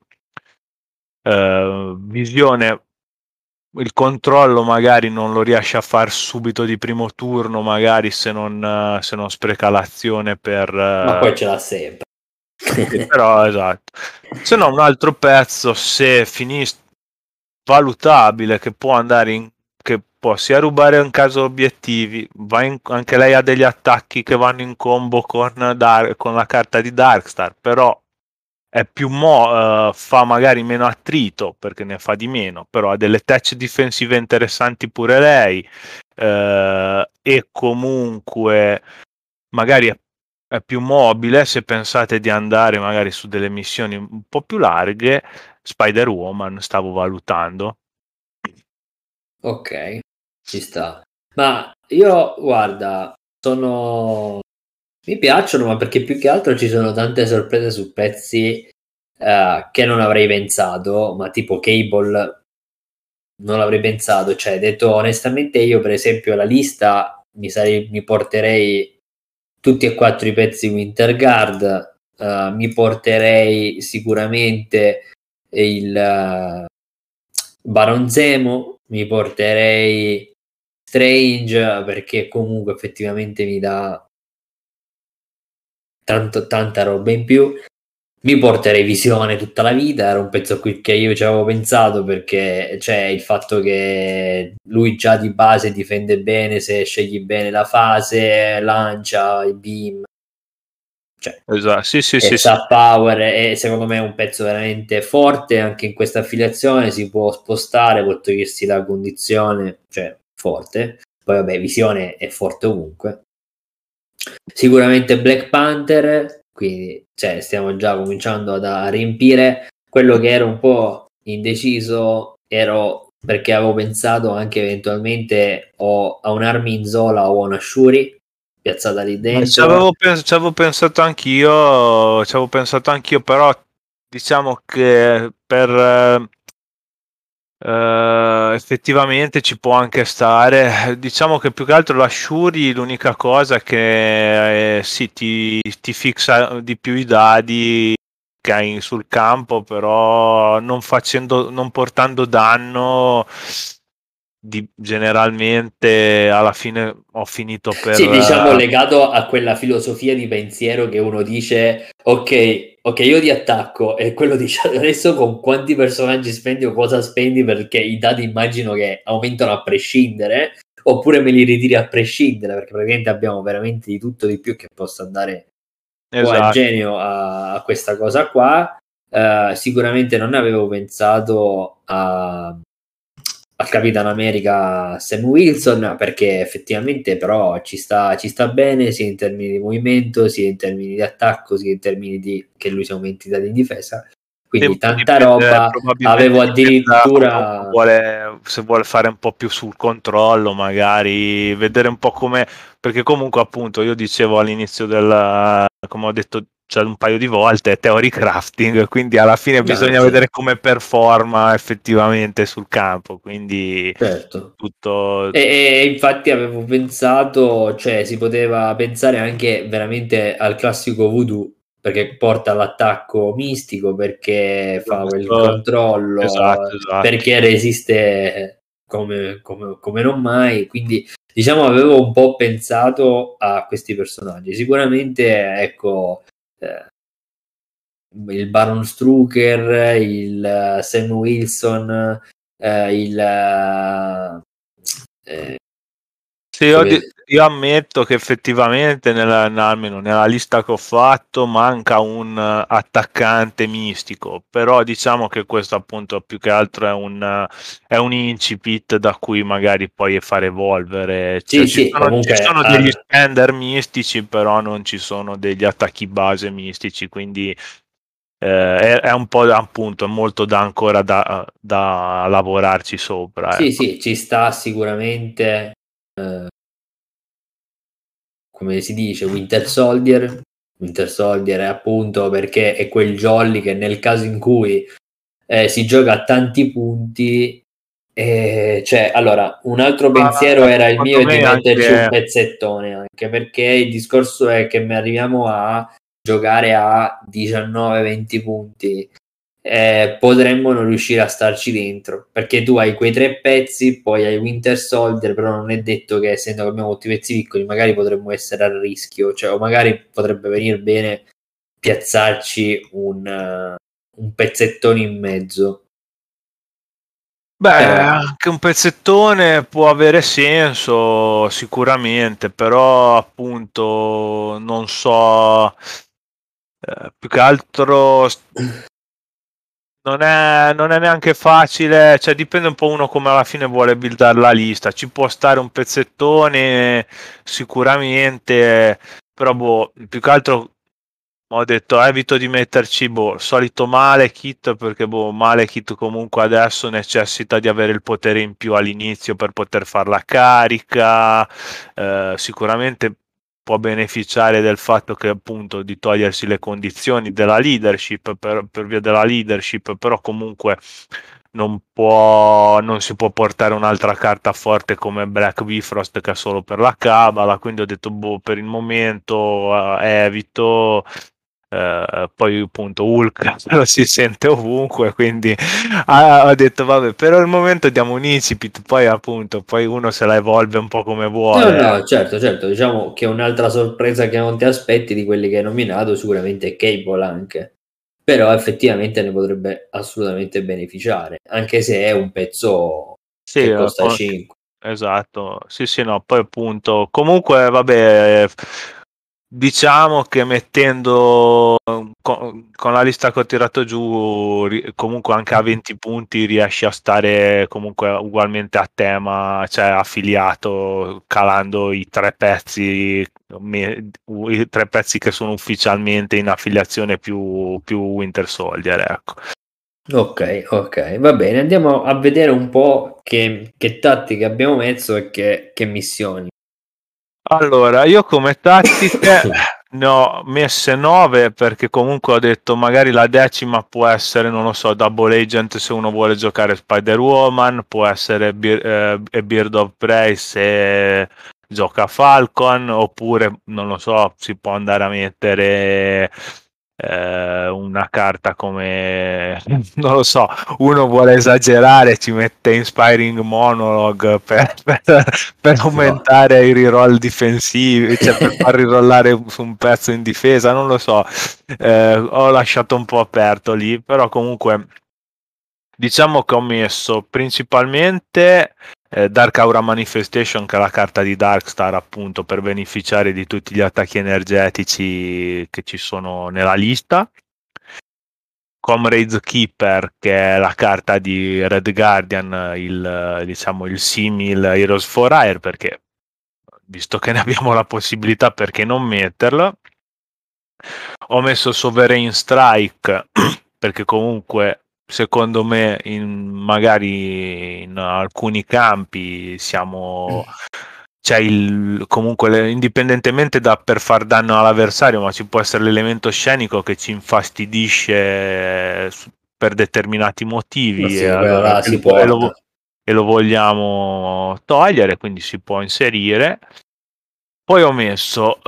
Visione, il controllo magari non lo riesce a far subito di primo turno, magari se non spreca l'azione per... ma poi ce l'ha sempre. Però esatto. Se no un altro pezzo, se finisce valutabile, che può andare che può sia rubare in caso obiettivi, anche lei ha degli attacchi che vanno in combo con la carta di Darkstar, però è più fa magari meno attrito perché ne fa di meno, però ha delle touch difensive interessanti pure lei, e comunque magari è più mobile. Se pensate di andare magari su delle missioni un po' più larghe, Spider-Woman stavo valutando. Ok, ci sta. Ma io, guarda, mi piacciono, ma perché più che altro ci sono tante sorprese su pezzi che non avrei pensato, ma tipo Cable non l'avrei pensato. Cioè, detto onestamente, io per esempio la lista mi porterei tutti e 4 i pezzi Winterguard, mi porterei sicuramente il Baron Zemo, mi porterei Strange perché comunque effettivamente mi dà tanta roba in più. Mi porterei Visione tutta la vita, era un pezzo a cui che io ci avevo pensato, perché c'è il fatto che lui già di base difende bene, se scegli bene la fase, lancia i beam, cioè, esatto, sì, sa power, e secondo me è un pezzo veramente forte. Anche in questa affiliazione si può spostare, può togliersi la condizione, cioè forte, Poi vabbè, Visione è forte ovunque. Sicuramente Black Panther, quindi cioè, stiamo già cominciando a riempire. Quello che ero un po' indeciso ero perché avevo pensato anche eventualmente o a un Armin Zola o a una Shuri piazzata lì dentro. Ci avevo pensato anch'io, però diciamo che effettivamente ci può anche stare. Diciamo che più che altro la Shuri, l'unica cosa è che sì, ti fixa di più i dadi che hai sul campo, però non portando danno. Generalmente alla fine ho finito per Sì, diciamo legato a quella filosofia di pensiero che uno dice ok, io ti attacco e quello dice adesso con quanti personaggi spendi o cosa spendi, perché i dati immagino che aumentano a prescindere, oppure me li ritiri a prescindere, perché praticamente abbiamo veramente di tutto di più che possa andare un po' a esatto. genio a questa cosa qua. Sicuramente non avevo pensato al Capitan America Sam Wilson, perché effettivamente però ci sta bene sia in termini di movimento, sia in termini di attacco, sia in termini di che lui sia un'entità di difesa, quindi tanta roba. Probabilmente Avevo dipende da come uno addirittura vuole, se vuole fare un po' più sul controllo, magari vedere un po' come, perché comunque appunto io dicevo all'inizio come ho detto già un paio di volte, theory crafting, quindi alla fine bisogna certo. vedere come performa effettivamente sul campo, quindi Certo. tutto. E infatti avevo pensato, cioè si poteva pensare anche veramente al classico voodoo, perché porta all'attacco mistico, perché fa quel Esatto, controllo, esatto. perché resiste come non mai. Quindi diciamo avevo un po' pensato a questi personaggi. Sicuramente ecco, il Baron Strucker, il Sam Wilson, il eh, Sì, io ammetto che effettivamente almeno nella lista che ho fatto manca un attaccante mistico, però diciamo che questo appunto più che altro è un incipit da cui magari poi far evolvere. Cioè, sì, sì, ci comunque sono degli spender mistici, però non ci sono degli attacchi base mistici, quindi è un po' appunto, è molto da ancora da lavorarci sopra, sì, ecco. sì, ci sta sicuramente, come si dice, Winter Soldier è appunto perché è quel jolly che nel caso in cui si gioca a tanti punti, cioè, allora, un altro pensiero era il mio Secondo è di me metterci un anche. pezzettone, anche perché il discorso è che arriviamo a giocare a 19-20 punti, potremmo non riuscire a starci dentro, perché tu hai quei tre pezzi, poi hai Winter Soldier, però non è detto che essendo che abbiamo tutti i pezzi piccoli magari potremmo essere a rischio, cioè, o magari potrebbe venire bene piazzarci un pezzettone in mezzo. Beh, Però anche un pezzettone può avere senso sicuramente, però appunto non so, più che altro non è neanche facile, cioè dipende un po' uno come alla fine vuole buildare la lista, ci può stare un pezzettone sicuramente, però boh, più che altro ho detto evito di metterci solito Malekith, perché Malekith comunque adesso necessita di avere il potere in più all'inizio per poter fare la carica, sicuramente può beneficiare del fatto che appunto di togliersi le condizioni della leadership per via della leadership, però comunque non si può portare un'altra carta forte come Black Bifrost che è solo per la cabala, quindi ho detto per il momento evito. Poi appunto Hulk lo si sente ovunque, quindi ho detto vabbè, per il momento diamo un incipit, poi appunto poi uno se la evolve un po' come no, vuole. no, certo, certo, diciamo che un'altra sorpresa che non ti aspetti di quelli che hai nominato sicuramente è Cable anche, però effettivamente ne potrebbe assolutamente beneficiare, anche se è un pezzo Sì, che costa 5. esatto, sì, sì, no, poi appunto, comunque, vabbè, Diciamo che mettendo con la lista che ho tirato giù, comunque anche a 20 punti riesci a stare comunque ugualmente a tema, cioè affiliato, calando i tre pezzi, i tre pezzi che sono ufficialmente in affiliazione più Winter Soldier, ecco. Ok, va bene, andiamo a vedere un po' che tattiche abbiamo messo e che missioni. Allora, io come tattiche ne ho messe 9 perché comunque ho detto magari la 10ª può essere, non lo so, Double Agent se uno vuole giocare Spider-Woman, può essere a Bird of Prey se gioca Falcon, oppure non lo so, si può andare a mettere una carta come non lo so, uno vuole esagerare, ci mette Inspiring Monologue per aumentare i reroll difensivi, cioè per far rirollare su un pezzo in difesa, non lo so. Ho lasciato un po' aperto lì, però comunque diciamo che ho messo principalmente Dark Aura Manifestation, che è la carta di Darkstar, appunto, per beneficiare di tutti gli attacchi energetici che ci sono nella lista. Comrades Keeper, che è la carta di Red Guardian, il simil Heroes for Hire, perché visto che ne abbiamo la possibilità, perché non metterlo? Ho messo Sovereign Strike perché comunque secondo me magari in alcuni campi siamo comunque indipendentemente per far danno all'avversario, ma ci può essere l'elemento scenico che ci infastidisce per determinati motivi Sì, vabbè, là si porta. e lo vogliamo togliere, quindi si può inserire. Poi ho messo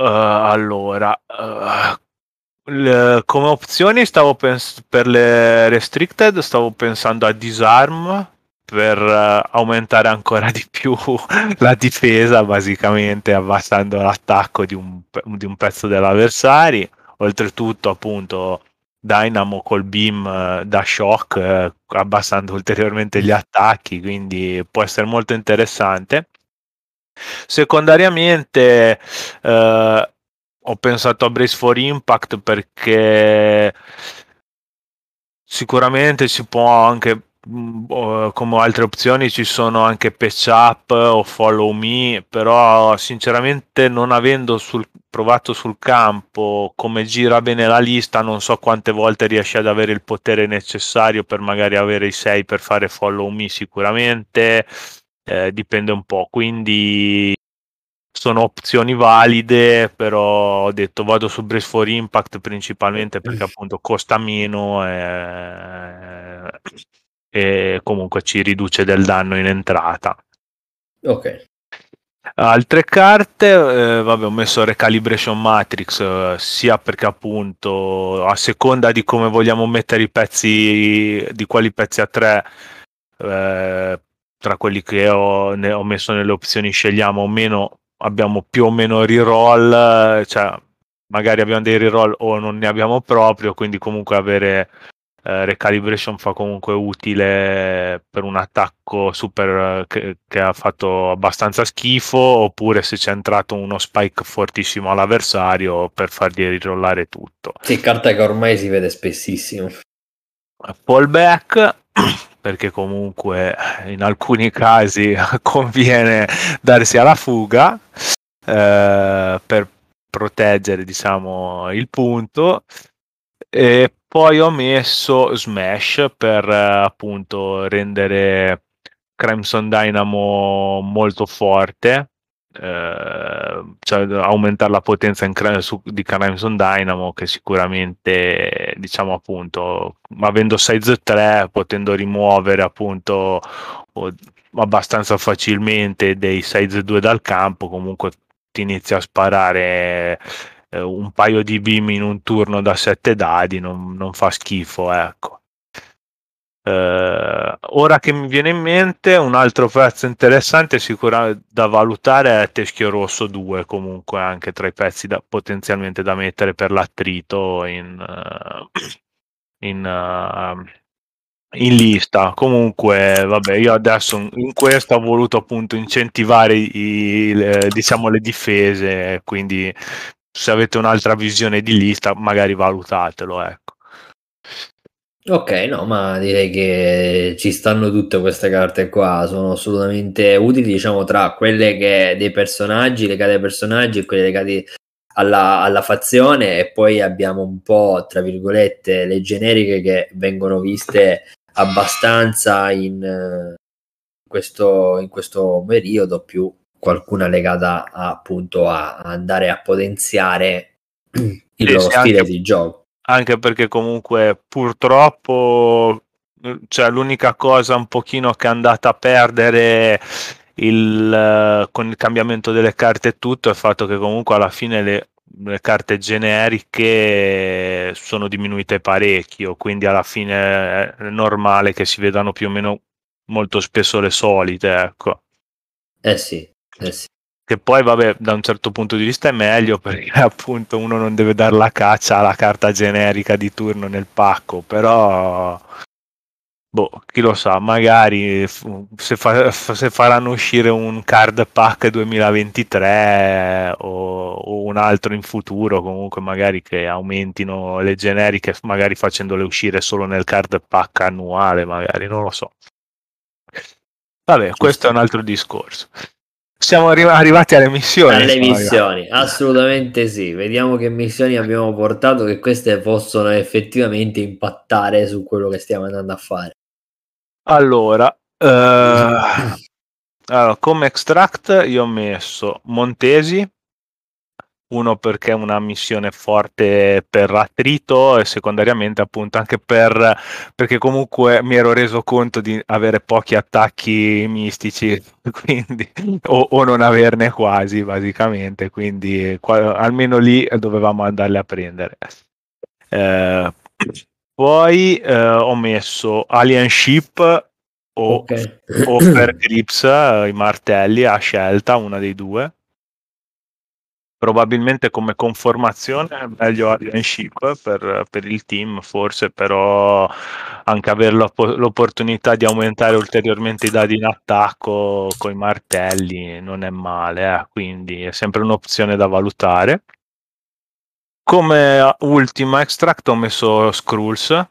come opzioni per le restricted stavo pensando a disarm per aumentare ancora di più la difesa, basicamente abbassando l'attacco di un pezzo dell'avversario. Oltretutto appunto Dynamo col beam da shock, abbassando ulteriormente gli attacchi, quindi può essere molto interessante. Secondariamente ho pensato a Brace for Impact perché sicuramente si può anche come altre opzioni ci sono anche Patch Up o Follow Me, però sinceramente non avendo provato sul campo come gira bene la lista, non so quante volte riesce ad avere il potere necessario per magari avere i 6 per fare Follow Me. Sicuramente dipende un po', quindi sono opzioni valide, però ho detto vado su Brace for Impact principalmente perché appunto costa meno e comunque ci riduce del danno in entrata. Ok. Altre carte, vabbè, ho messo Recalibration Matrix, sia perché appunto a seconda di come vogliamo mettere i pezzi, di quali pezzi a 3, tra quelli che ho messo nelle opzioni scegliamo o meno, abbiamo più o meno reroll, cioè magari abbiamo dei reroll o non ne abbiamo proprio, quindi comunque avere Recalibration fa comunque utile per un attacco super che ha fatto abbastanza schifo, oppure se c'è entrato uno spike fortissimo all'avversario per fargli rirollare tutto. Sì, carta che ormai si vede spessissimo. Fallback perché comunque in alcuni casi conviene darsi alla fuga per proteggere, diciamo, il punto. E poi ho messo Smash per appunto rendere Crimson Dynamo molto forte, cioè aumentare la potenza di Crimson Dynamo, che sicuramente, diciamo appunto, avendo size 3, potendo rimuovere appunto abbastanza facilmente dei size 2 dal campo, comunque ti inizia a sparare un paio di beam in un turno da 7 dadi, non fa schifo, ecco. Ora che mi viene in mente un altro pezzo interessante sicuramente da valutare è Teschio Rosso 2, comunque anche tra i pezzi potenzialmente da mettere per l'attrito in lista. Comunque vabbè, io adesso in questo ho voluto appunto incentivare diciamo le difese, quindi se avete un'altra visione di lista, magari valutatelo, ecco. Ok, no, ma direi che ci stanno tutte queste carte qua, sono assolutamente utili, diciamo, tra quelle che dei personaggi, legate ai personaggi e quelle legate alla fazione, e poi abbiamo un po', tra virgolette, le generiche che vengono viste abbastanza in questo periodo, più qualcuna legata appunto a andare a potenziare il loro Sì, stile di gioco. anche perché comunque purtroppo, cioè, l'unica cosa un pochino che è andata a perdere con il cambiamento delle carte e tutto è il fatto che comunque alla fine le carte generiche sono diminuite parecchio, quindi alla fine è normale che si vedano più o meno molto spesso le solite, ecco. Sì. Che poi, vabbè, da un certo punto di vista è meglio perché appunto uno non deve dare la caccia alla carta generica di turno nel pacco, però boh, chi lo sa, magari se faranno uscire un card pack 2023 o un altro in futuro, comunque magari che aumentino le generiche, magari facendole uscire solo nel card pack annuale, magari, non lo so. Vabbè, questo è un altro discorso. Siamo arrivati alle missioni. Alle missioni, assolutamente sì. Vediamo che missioni abbiamo portato, che queste possono effettivamente impattare su quello che stiamo andando a fare. Allora, come extract io ho messo Montesi, uno perché è una missione forte per attrito e secondariamente appunto anche perché comunque mi ero reso conto di avere pochi attacchi mistici quindi, o non averne quasi basicamente, quindi almeno lì dovevamo andarli a prendere. Poi ho messo Alien Ship o per Grips, i martelli a scelta, una dei due. Probabilmente come conformazione è meglio Alien Ship per il team, forse, però anche avere l'opportunità di aumentare ulteriormente i dadi in attacco con i martelli non è male, quindi è sempre un'opzione da valutare. Come ultima extract ho messo Skrulls,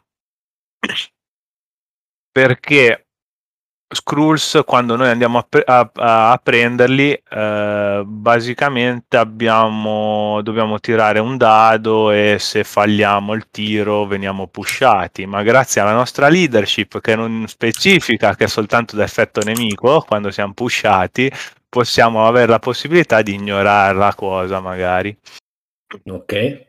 perché Skrulls, quando noi andiamo a prenderli, basicamente dobbiamo tirare un dado e se falliamo il tiro veniamo pushati, ma grazie alla nostra leadership che non specifica che è soltanto da effetto nemico, quando siamo pushati possiamo avere la possibilità di ignorare la cosa magari. Ok.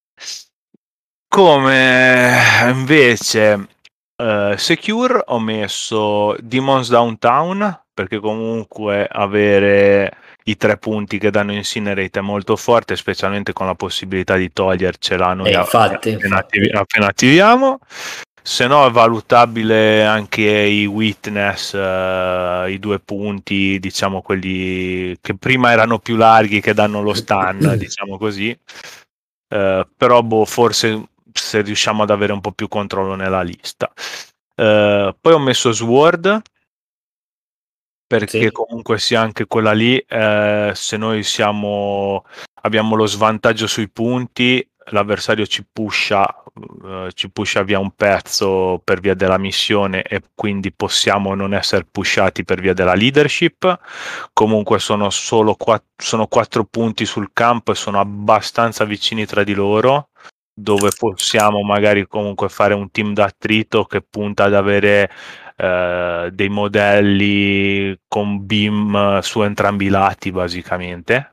Come invece Secure ho messo Demons Downtown, perché comunque avere i 3 punti che danno Incinerate è molto forte, specialmente con la possibilità di togliercela noi Infatti. appena attiviamo. Se no è valutabile anche i Witness, i 2 punti, diciamo quelli che prima erano più larghi che danno lo stun, diciamo così. Però forse se riusciamo ad avere un po' più controllo nella lista. Poi ho messo Sword perché Sì. comunque sia anche quella lì, se noi abbiamo lo svantaggio sui punti, l'avversario ci pusha via un pezzo per via della missione e quindi possiamo non essere pushati per via della leadership. Comunque sono 4 punti sul campo e sono abbastanza vicini tra di loro, dove possiamo magari comunque fare un team d'attrito che punta ad avere dei modelli con beam su entrambi i lati basicamente.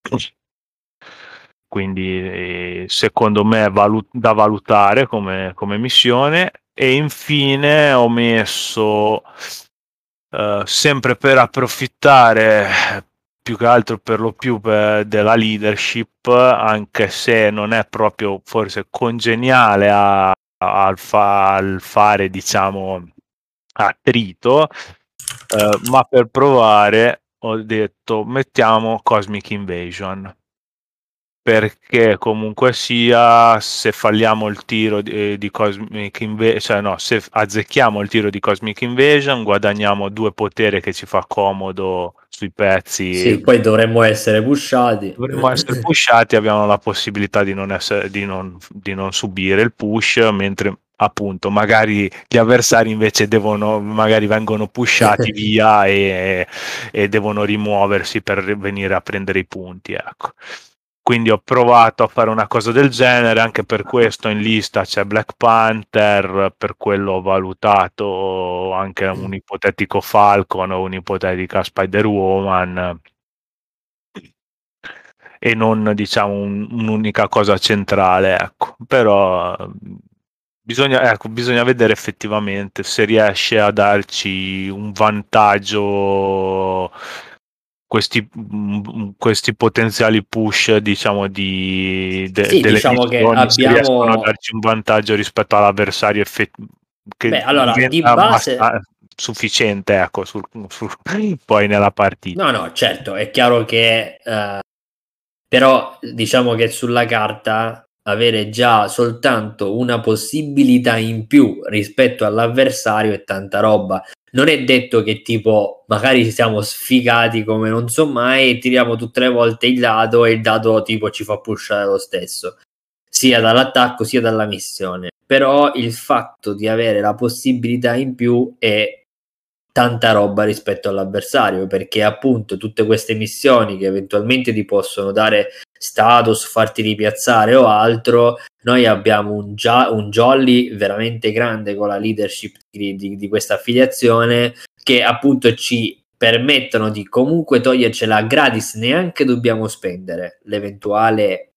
Quindi secondo me è da valutare come missione. E infine ho messo sempre per approfittare più che altro per lo più della leadership, anche se non è proprio forse congeniale al fare diciamo attrito, ma per provare ho detto mettiamo Cosmic Invasion, perché comunque sia se falliamo il tiro di Cosmic Invasion, cioè no, se azzecchiamo il tiro di Cosmic Invasion guadagniamo 2 potere che ci fa comodo sui pezzi. Sì, poi dovremmo essere pushati. Dovremmo essere pushati, abbiamo la possibilità di non subire il push, mentre appunto magari gli avversari invece magari vengono pushati via e devono rimuoversi per venire a prendere i punti, ecco. Quindi ho provato a fare una cosa del genere, anche per questo in lista c'è Black Panther, per quello ho valutato anche un ipotetico Falcon o un'ipotetica Spider-Woman, e non diciamo un'unica cosa centrale, ecco. Però bisogna vedere effettivamente se riesce a darci un vantaggio questi potenziali push, diciamo, Sì, delle diciamo che missioni, se riescono a abbiamo... darci un vantaggio rispetto all'avversario che Beh, allora, di diventa base... sufficiente, ecco, poi nella partita. No, no, certo, è chiaro che... però diciamo che sulla carta avere già soltanto una possibilità in più rispetto all'avversario è tanta roba. Non è detto che tipo magari siamo sfigati come non so mai e tiriamo tutte le volte il dado e il dado tipo ci fa pushare lo stesso, sia dall'attacco sia dalla missione. Però il fatto di avere la possibilità in più è tanta roba rispetto all'avversario, perché appunto tutte queste missioni che eventualmente ti possono dare status, farti ripiazzare o altro, noi abbiamo un jolly veramente grande con la leadership di questa affiliazione, che appunto ci permettono di comunque togliercela gratis, neanche dobbiamo spendere l'eventuale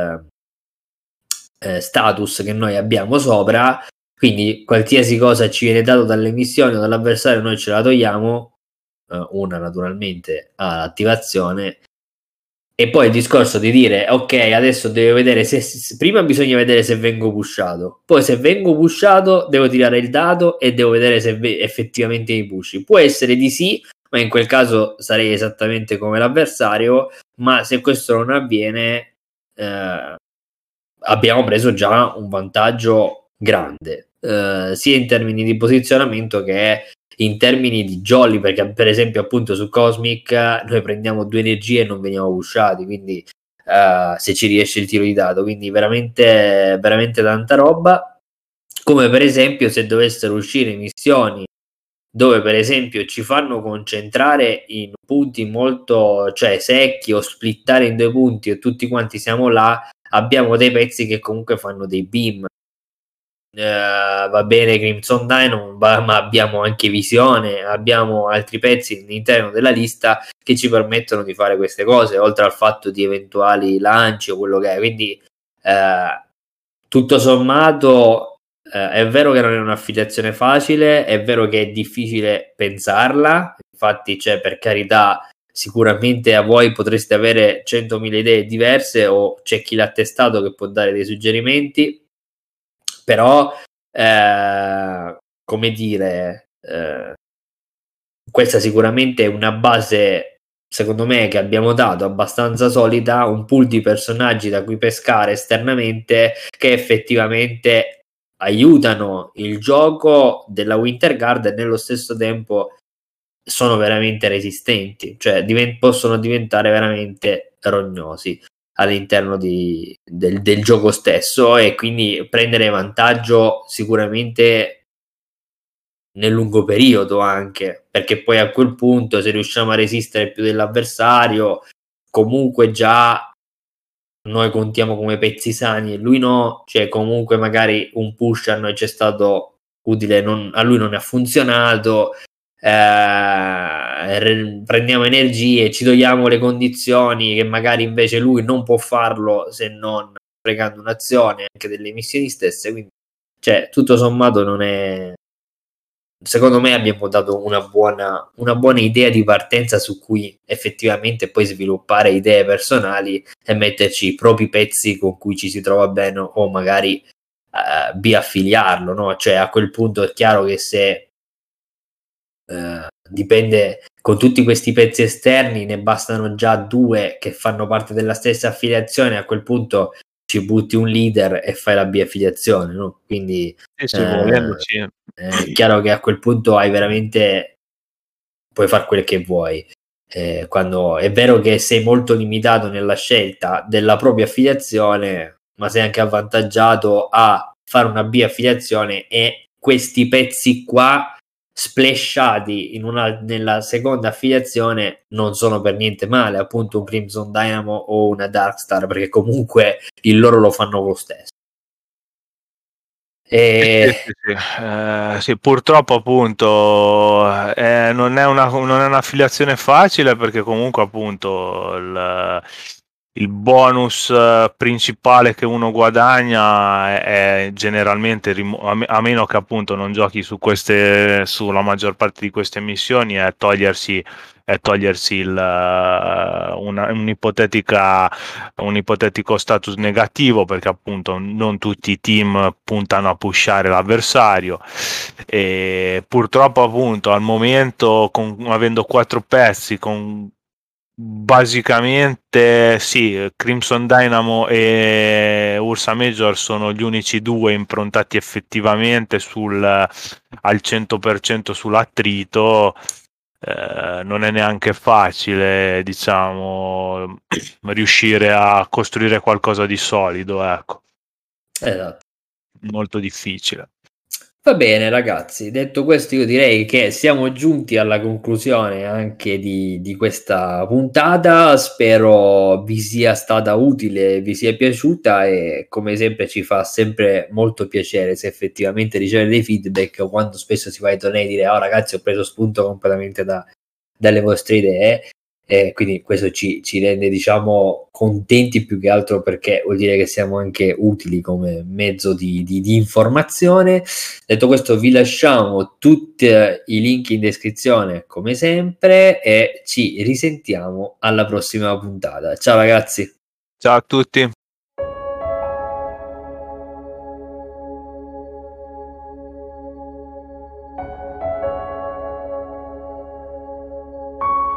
status che noi abbiamo sopra. Quindi qualsiasi cosa ci viene dato dalle missioni o dall'avversario noi ce la togliamo, una naturalmente ha l'attivazione, e poi il discorso di dire ok, adesso devo vedere se prima bisogna vedere se vengo pushato, poi se vengo pushato devo tirare il dado e devo vedere se effettivamente mi pushi. Può essere di sì, ma in quel caso sarei esattamente come l'avversario, ma se questo non avviene abbiamo preso già un vantaggio grande, sia in termini di posizionamento che in termini di jolly, perché per esempio appunto su Cosmic noi prendiamo 2 energie e non veniamo pushati, quindi se ci riesce il tiro di dado, quindi veramente veramente tanta roba. Come per esempio se dovessero uscire missioni dove per esempio ci fanno concentrare in punti molto, cioè secchi, o splittare in 2 punti e tutti quanti siamo là, abbiamo dei pezzi che comunque fanno dei beam. Va bene Crimson Dynamo, ma abbiamo anche Visione, abbiamo altri pezzi all'interno della lista che ci permettono di fare queste cose, oltre al fatto di eventuali lanci o quello che è. Quindi tutto sommato è vero che non è un'affiliazione facile, è vero che è difficile pensarla, infatti c'è, per carità, sicuramente a voi potreste avere 100.000 idee diverse o c'è chi l'ha testato che può dare dei suggerimenti, però come dire, questa sicuramente è una base, secondo me, che abbiamo dato abbastanza solida, un pool di personaggi da cui pescare esternamente che effettivamente aiutano il gioco della Winter Guard e nello stesso tempo sono veramente resistenti, cioè possono diventare veramente rognosi all'interno del gioco stesso, e quindi prendere vantaggio sicuramente nel lungo periodo, anche perché poi a quel punto, se riusciamo a resistere più dell'avversario, comunque già noi contiamo come pezzi sani e lui no, cioè comunque magari un push a noi ci è stato utile, a lui non è funzionato, prendiamo energie, ci togliamo le condizioni che magari invece lui non può farlo se non sprecando un'azione, anche delle missioni stesse. Quindi cioè tutto sommato non è, secondo me abbiamo dato una buona idea di partenza su cui effettivamente poi sviluppare idee personali e metterci i propri pezzi con cui ci si trova bene, o magari biaffiliarlo, no? Cioè a quel punto è chiaro che se dipende, con tutti questi pezzi esterni ne bastano già 2 che fanno parte della stessa affiliazione, a quel punto ci butti un leader e fai la biaffiliazione, no? Quindi Volendo, sì. è chiaro che a quel punto hai veramente, puoi fare quel che vuoi. quando è vero che sei molto limitato nella scelta della propria affiliazione, ma sei anche avvantaggiato a fare una B-affiliazione, e questi pezzi qua splashati nella seconda affiliazione non sono per niente male, appunto un Crimson Dynamo o una Darkstar, perché comunque il loro lo fanno lo stesso. Sì, purtroppo appunto non è un'affiliazione facile, perché comunque appunto il bonus principale che uno guadagna è generalmente, a meno che appunto non giochi sulla maggior parte di queste missioni, è togliersi un ipotetico status negativo, perché appunto non tutti i team puntano a pushare l'avversario, e purtroppo appunto al momento, avendo 4 pezzi, con basicamente sì, Crimson Dynamo e Ursa Major sono gli unici due improntati effettivamente al 100% sull'attrito. Non è neanche facile, diciamo, riuscire a costruire qualcosa di solido, ecco. Esatto. Molto difficile. Va bene ragazzi, detto questo io direi che siamo giunti alla conclusione anche di questa puntata, spero vi sia stata utile, vi sia piaciuta, e come sempre ci fa sempre molto piacere se effettivamente ricevere dei feedback, o quando spesso si va ai tornei dire oh ragazzi ho preso spunto completamente dalle vostre idee. Quindi questo ci rende, diciamo, contenti, più che altro perché vuol dire che siamo anche utili come mezzo di informazione. Detto questo, vi lasciamo tutti i link in descrizione come sempre, e ci risentiamo alla prossima puntata. Ciao ragazzi. Ciao a tutti.